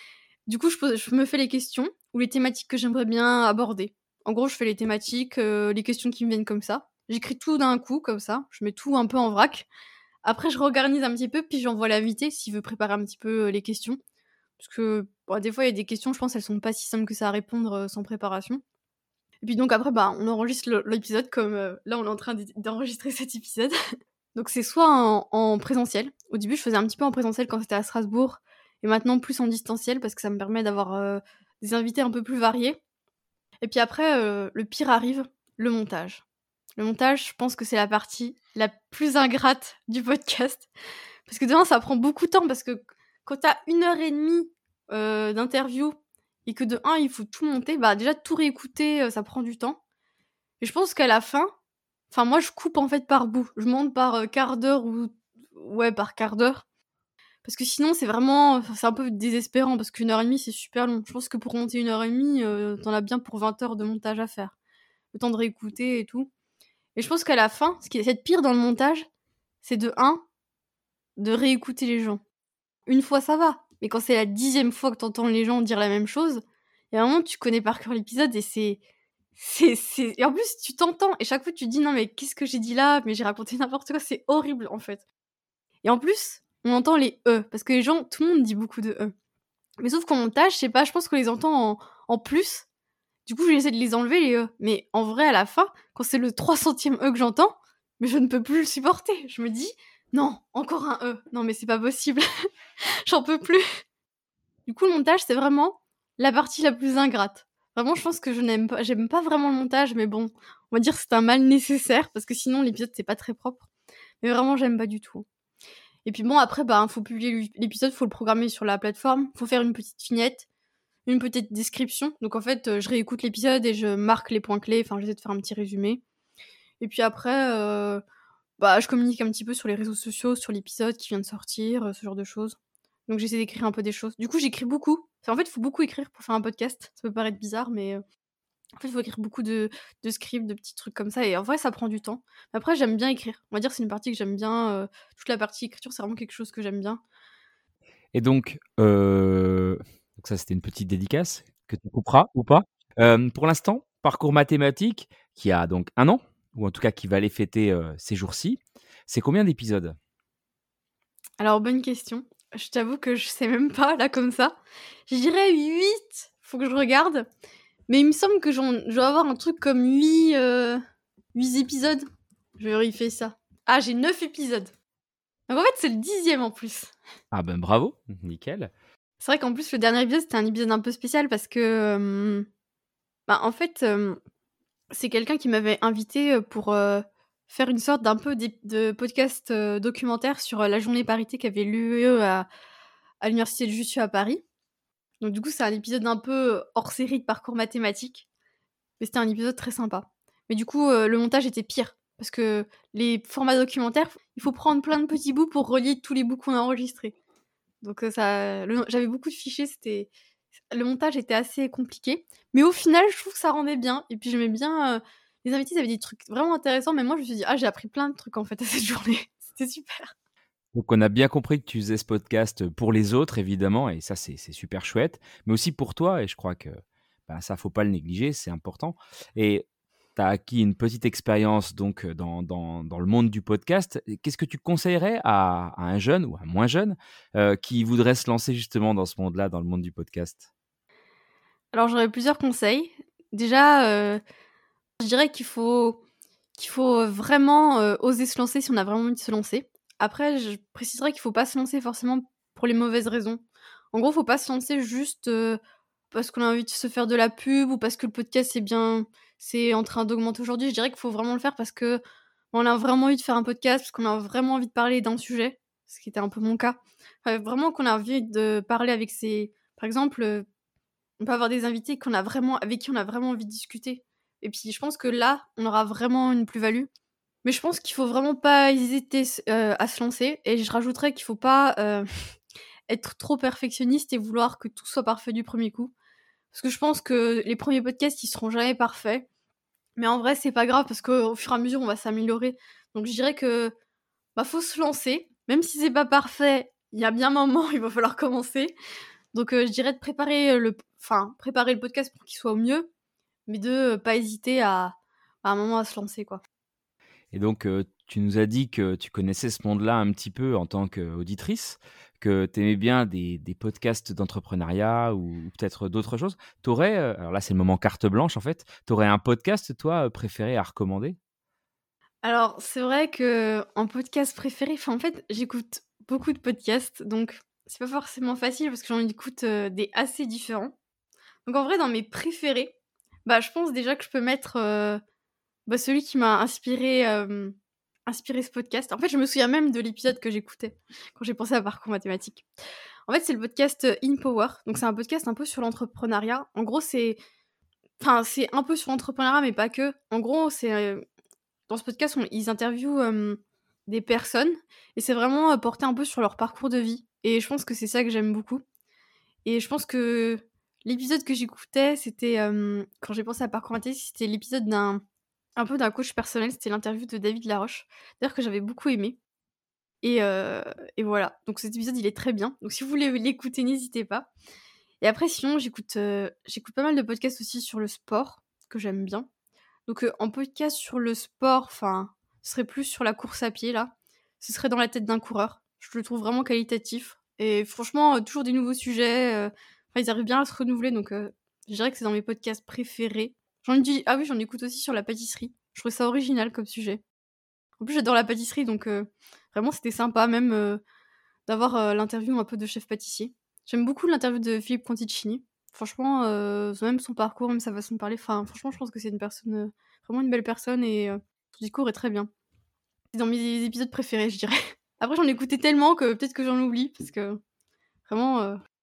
Du coup, je me fais les questions ou les thématiques que j'aimerais bien aborder. En gros, je fais les thématiques, les questions qui me viennent comme ça. J'écris tout d'un coup comme ça, je mets tout un peu en vrac. Après je réorganise un petit peu puis j'envoie l'invité s'il veut préparer un petit peu, les questions. Parce que, bah, des fois il y a des questions, je pense elles sont pas si simples que ça à répondre, sans préparation. Et puis donc après, bah, on enregistre l'épisode comme, là on est en train d'enregistrer cet épisode. Donc c'est soit en présentiel. Au début, je faisais un petit peu en présentiel quand c'était à Strasbourg et maintenant plus en distanciel parce que ça me permet d'avoir, des invités un peu plus variés. Et puis après, le pire arrive, le montage. Le montage, je pense que c'est la partie la plus ingrate du podcast parce que de ça prend beaucoup de temps parce que quand tu as 1 heure et demie, d'interview et que de un il faut tout monter, bah, déjà tout réécouter, ça prend du temps. Et je pense qu'à la fin, enfin moi je coupe en fait par bout. Je monte par, quart d'heure ou ouais par quart d'heure. Parce que sinon c'est vraiment enfin c'est un peu désespérant parce qu'1 heure et demie c'est super long. Je pense que pour monter 1 heure et demie, tu as bien pour 20 heures de montage à faire. Le temps de réécouter et tout. Et je pense qu'à la fin, ce qui est de pire dans le montage, c'est de un de réécouter les gens. Une fois ça va, mais quand c'est la 10e fois que tu entends les gens dire la même chose, il y a un moment tu connais par cœur l'épisode et c'est et en plus tu t'entends et chaque fois tu te dis: «Non mais qu'est-ce que j'ai dit là? Mais j'ai raconté n'importe quoi», c'est horrible en fait. Et en plus, on entend les «e» parce que les gens tout le monde dit beaucoup de «e». Mais sauf qu'en montage, je sais pas, je pense qu'on les entend en plus. Du coup, j'essaie de les enlever les «e». Mais en vrai, à la fin, quand c'est le 300e «e» que j'entends, mais je ne peux plus le supporter. Je me dis: «Non, encore un «e». Non mais c'est pas possible, j'en peux plus». Du coup, le montage, c'est vraiment la partie la plus ingrate. Vraiment, je pense que j'aime pas vraiment le montage, mais bon, on va dire que c'est un mal nécessaire parce que sinon l'épisode, c'est pas très propre. Mais vraiment, j'aime pas du tout. Et puis bon, après, bah, faut publier l'épisode, faut le programmer sur la plateforme, faut faire une petite vignette, une petite description. Donc en fait, je réécoute l'épisode et je marque les points clés, enfin, j'essaie de faire un petit résumé. Et puis après, bah, je communique un petit peu sur les réseaux sociaux, sur l'épisode qui vient de sortir, ce genre de choses. Donc j'essaie d'écrire un peu des choses. Du coup, j'écris beaucoup. En fait, il faut beaucoup écrire pour faire un podcast. Ça peut paraître bizarre, mais en fait, il faut écrire beaucoup de scripts, de petits trucs comme ça et en vrai, ça prend du temps. Mais après, j'aime bien écrire. On va dire c'est une partie que j'aime bien, toute la partie écriture, c'est vraiment quelque chose que j'aime bien. Et donc ça, c'était une petite dédicace que tu couperas ou pas. Pour l'instant, parcours mathématique qui a donc 1 an ou en tout cas qui va aller fêter, ces jours-ci. C'est combien d'épisodes? Alors bonne question. Je t'avoue que je sais même pas là comme ça. Je dirais 8. Faut que je regarde. Mais il me semble que je dois avoir un truc comme 8 épisodes. Je vais vérifier ça. Ah, j'ai 9 épisodes. Donc en fait, c'est le 10e en plus. Ah ben bravo, nickel. C'est vrai qu'en plus, le dernier épisode, c'était un épisode un peu spécial parce que, en fait, c'est quelqu'un qui m'avait invité pour, faire une sorte d'un peu de podcast, documentaire sur, la journée parité qui avait lieu à l'université de Jussieu à Paris. Donc du coup, c'est un épisode un peu hors série de parcours mathématiques, mais c'était un épisode très sympa. Mais du coup, le montage était pire parce que les formats documentaires, il faut prendre plein de petits bouts pour relier tous les bouts qu'on a enregistrés. Donc j'avais beaucoup de fichiers, le montage était assez compliqué, mais au final, je trouve que ça rendait bien et puis j'aimais bien, les invités, ils avaient des trucs vraiment intéressants, mais moi, je me suis dit: «Ah, j'ai appris plein de trucs, en fait, à cette journée». C'était super. Donc on a bien compris que tu faisais ce podcast pour les autres évidemment et ça c'est super chouette, mais aussi pour toi et je crois que, ça faut pas le négliger, c'est important et tu as acquis une petite expérience donc, dans le monde du podcast et qu'est-ce que tu conseillerais à un jeune ou un moins jeune, qui voudrait se lancer justement dans ce monde-là, dans le monde du podcast? Alors j'aurais plusieurs conseils. Déjà, je dirais qu'il faut vraiment, oser se lancer si on a vraiment envie de se lancer. Après, je préciserais qu'il faut pas se lancer forcément pour les mauvaises raisons. En gros, faut pas se lancer juste, parce qu'on a envie de se faire de la pub ou parce que le podcast c'est en train d'augmenter aujourd'hui. Je dirais qu'il faut vraiment le faire parce qu'on a vraiment envie de faire un podcast, parce qu'on a vraiment envie de parler d'un sujet, ce qui était un peu mon cas. Vraiment qu'on a envie de parler avec ses par exemple, on peut avoir des invités avec qui on a vraiment envie de discuter et puis je pense que là, on aura vraiment une plus-value. Mais je pense qu'il faut vraiment pas hésiter à se lancer et je rajouterais qu'il faut pas, être trop perfectionniste et vouloir que tout soit parfait du premier coup. Parce que je pense que les premiers podcasts, ils seront jamais parfaits. Mais en vrai, c'est pas grave parce qu'au fur et à mesure, on va s'améliorer. Donc je dirais que, faut se lancer. Même si c'est pas parfait, il y a bien un moment, il va falloir commencer. Donc je dirais de préparer le podcast pour qu'il soit au mieux, mais de, pas hésiter à un moment à se lancer, quoi. Et donc, tu nous as dit que tu connaissais ce monde-là un petit peu en tant qu'auditrice, que tu aimais bien des podcasts d'entrepreneuriat ou peut-être d'autres choses. Tu aurais, alors là, c'est le moment carte blanche en fait, tu aurais un podcast toi, préféré à recommander? Alors, c'est vrai qu'en podcast préféré, en fait, j'écoute beaucoup de podcasts, donc c'est pas forcément facile parce que j'en écoute, des assez différents. Donc en vrai, dans mes préférés, je pense déjà que je peux mettre, celui qui m'a inspiré ce podcast. En fait, je me souviens même de l'épisode que j'écoutais quand j'ai pensé à Parcours Mathématiques. En fait, c'est le podcast, In Power, donc c'est un podcast un peu sur l'entrepreneuriat. En gros, c'est un peu sur l'entrepreneuriat, mais pas que. En gros, dans ce podcast, ils interviewent, des personnes et c'est vraiment, porté un peu sur leur parcours de vie et je pense que c'est ça que j'aime beaucoup et je pense que l'épisode que j'écoutais, c'était, quand j'ai pensé à Parcours Mathématiques, c'était l'épisode d'un coach personnel, c'était l'interview de David Laroche, d'ailleurs que j'avais beaucoup aimé et heu et voilà. Donc cet épisode, il est très bien. Donc si vous voulez l'écouter, n'hésitez pas et après sinon, j'écoute pas mal de podcasts aussi sur le sport, que j'aime bien. Donc, en podcast sur le sport, ce serait plus sur la course à pied là. Ce serait Dans la tête d'un coureur. Je le trouve vraiment qualitatif et franchement, toujours des nouveaux sujets, ils arrivent bien à se renouveler donc, je dirais que c'est dans mes podcasts préférés. J'en écoute aussi sur la pâtisserie. Je trouve ça original comme sujet. En plus, j'adore la pâtisserie donc, vraiment c'était sympa même, d'avoir, l'interview un peu de chef pâtissier. J'aime beaucoup l'interview de Philippe Conticini. Franchement, même son parcours, même sa façon de parler, franchement, je pense que c'est une personne, vraiment une belle personne et son discours est très bien. C'est dans mes épisodes préférés, je dirais. Après, j'en ai écouté tellement que peut-être que j'en oublie parce que vraiment,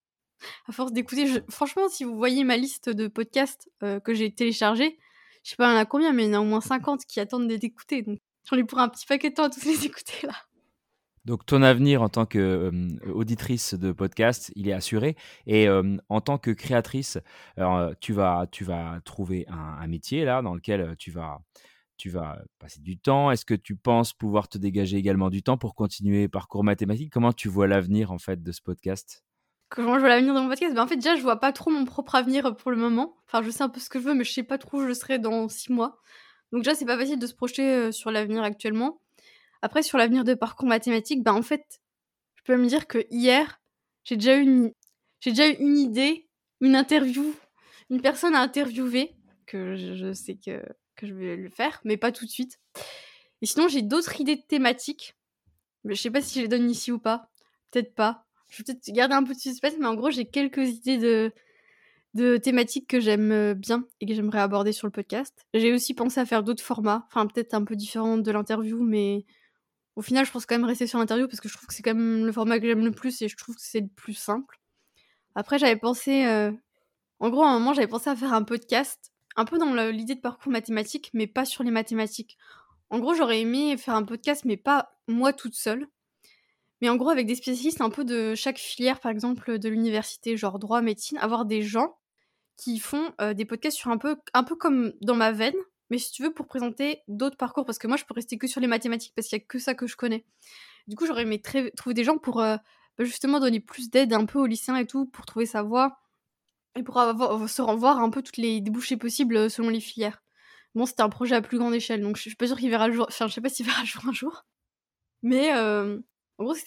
à force d'écouter, franchement, si vous voyez ma liste de podcasts, que j'ai téléchargés, je sais pas il y en a combien, mais il y en a au moins 50 qui attendent d'être écoutés, donc j'en ai pour un petit paquet de temps à tous les écouter là. Donc ton avenir en tant que, auditrice de podcast, il est assuré et en tant que créatrice, alors, tu vas trouver un métier là dans lequel, tu vas passer du temps. Est-ce que tu penses pouvoir te dégager également du temps pour continuer Parcours Mathématiques? Comment tu vois l'avenir en fait de ce podcast? Comment je vois l'avenir de mon podcast? En fait, déjà, je vois pas trop mon propre avenir, pour le moment. Enfin, je sais un peu ce que je veux, mais je sais pas trop où je serai dans 6 mois. Donc déjà, c'est pas facile de se projeter, sur l'avenir actuellement. Après, sur l'avenir de Parcours Mathématiques, en fait, je peux me dire que hier, j'ai déjà eu une j'ai déjà eu une idée, une interview, une personne à interviewer, que je sais que je vais le faire, mais pas tout de suite. Et sinon, j'ai d'autres idées de thématiques, mais je sais pas si je les donne ici ou pas. Peut-être pas. Je vais peut-être garder un peu de suspense, mais en gros, j'ai quelques idées de thématiques que j'aime, bien et que j'aimerais aborder sur le podcast. J'ai aussi pensé à faire d'autres formats, enfin peut-être un peu différents de l'interview, mais au final, je pense quand même rester sur l'interview parce que je trouve que c'est quand même le format que j'aime le plus et je trouve que c'est le plus simple. Après, j'avais pensé, en gros, à un moment, j'avais pensé à faire un podcast, un peu dans l'idée de parcours mathématique, mais pas sur les mathématiques. En gros, j'aurais aimé faire un podcast, mais pas moi toute seule, mais en gros avec des spécialistes un peu de chaque filière, par exemple, de l'université, genre droit, médecine, avoir des gens qui font, des podcasts sur un peu comme dans ma veine, mais si tu veux, pour présenter d'autres parcours, parce que moi, je peux rester que sur les mathématiques, parce qu'il y a que ça que je connais. Du coup, j'aurais aimé trouver des gens pour, justement donner plus d'aide un peu aux lycéens et tout, pour trouver sa voie et pour se revoir un peu toutes les débouchés possibles, selon les filières. Bon, c'était un projet à plus grande échelle, donc je suis pas sûre qu'il verra le jour, enfin, je sais pas s'il verra le jour un jour, mais en gros,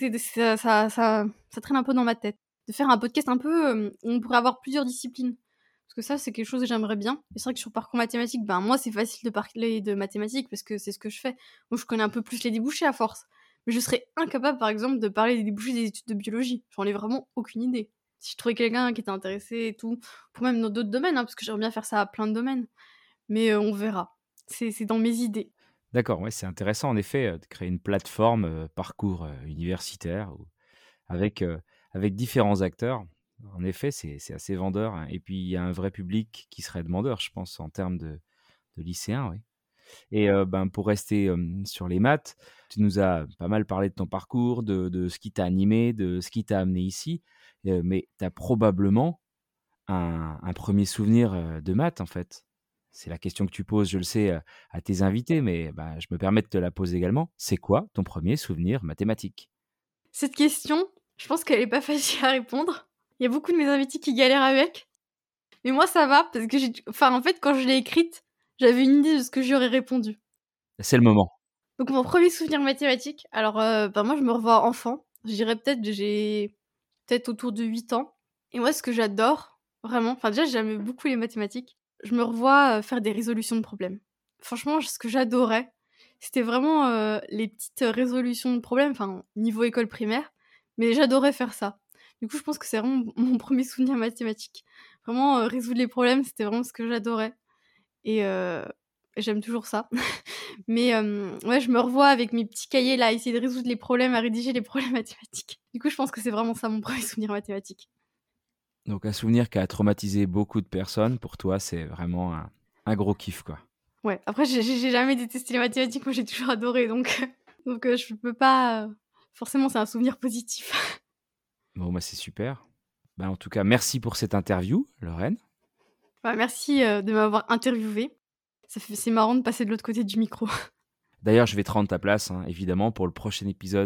ça traîne un peu dans ma tête, de faire un podcast un peu, où on pourrait avoir plusieurs disciplines. Parce que ça, c'est quelque chose que j'aimerais bien. Et c'est vrai que sur parcours mathématiques, ben moi, c'est facile de parler de mathématiques parce que c'est ce que je fais. Moi, je connais un peu plus les débouchés à force. Mais je serais incapable, par exemple, de parler des débouchés des études de biologie. J'en ai vraiment aucune idée. Si je trouvais quelqu'un qui était intéressé et tout, pour même dans d'autres domaines, hein, parce que j'aimerais bien faire ça à plein de domaines. Mais on verra. C'est dans mes idées. D'accord, ouais, c'est intéressant en effet, de créer une plateforme, parcours, universitaire ou avec, avec différents acteurs. En effet, c'est assez vendeur, hein, et puis il y a un vrai public qui serait demandeur, je pense, en termes de lycéens, oui. Et ben, pour rester, sur les maths, tu nous as pas mal parlé de ton parcours, de ce qui t'a animé, de ce qui t'a amené ici, mais tu as probablement un 1er souvenir, de maths, en fait? C'est la question que tu poses, je le sais, à tes invités, mais bah, je me permets de te la poser également. C'est quoi ton premier souvenir mathématique? Cette question, je pense qu'elle est pas facile à répondre. Il y a beaucoup de mes invités qui galèrent avec. Mais moi, ça va, parce que enfin, en fait, quand je l'ai écrite, j'avais une idée de ce que j'y aurais répondu. C'est le moment. Donc mon premier souvenir mathématique, alors, bah, moi, je me revois enfant. Je dirais j'ai peut-être autour de 8 ans. Et moi, ce que j'adore, vraiment, enfin, déjà, j'aime beaucoup les mathématiques. Je me revois, faire des résolutions de problèmes. Franchement, ce que j'adorais, c'était vraiment, les petites, résolutions de problèmes, enfin, niveau école primaire, mais j'adorais faire ça. Du coup, je pense que c'est vraiment mon premier souvenir mathématique. Vraiment, résoudre les problèmes, c'était vraiment ce que j'adorais et j'aime toujours ça. Mais ouais, je me revois avec mes petits cahiers là, à essayer de résoudre les problèmes, à rédiger les problèmes mathématiques. Du coup, je pense que c'est vraiment ça mon premier souvenir mathématique. Donc un souvenir qui a traumatisé beaucoup de personnes, pour toi, c'est vraiment un gros kiff, quoi. Ouais, après j'ai jamais détesté les mathématiques, moi j'ai toujours adoré donc donc je peux pas, forcément c'est un souvenir positif. Bon, bah, c'est super. Bah, en tout cas, merci pour cette interview, Lorraine. Bah, merci, de m'avoir interviewée. C'est marrant de passer de l'autre côté du micro. D'ailleurs, je vais te rendre ta place, hein, évidemment, pour le prochain épisode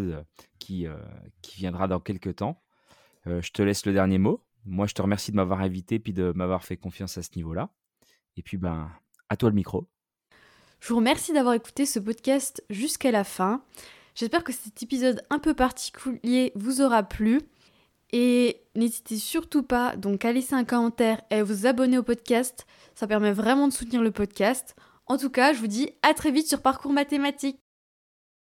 qui viendra dans quelques temps. Je te laisse le dernier mot. Moi, je te remercie de m'avoir invité puis de m'avoir fait confiance à ce niveau-là. Et puis, ben, à toi le micro. Je vous remercie d'avoir écouté ce podcast jusqu'à la fin. J'espère que cet épisode un peu particulier vous aura plu. Et n'hésitez surtout pas donc à laisser un commentaire et à vous abonner au podcast. Ça permet vraiment de soutenir le podcast. En tout cas, je vous dis à très vite sur Parcours Mathématiques.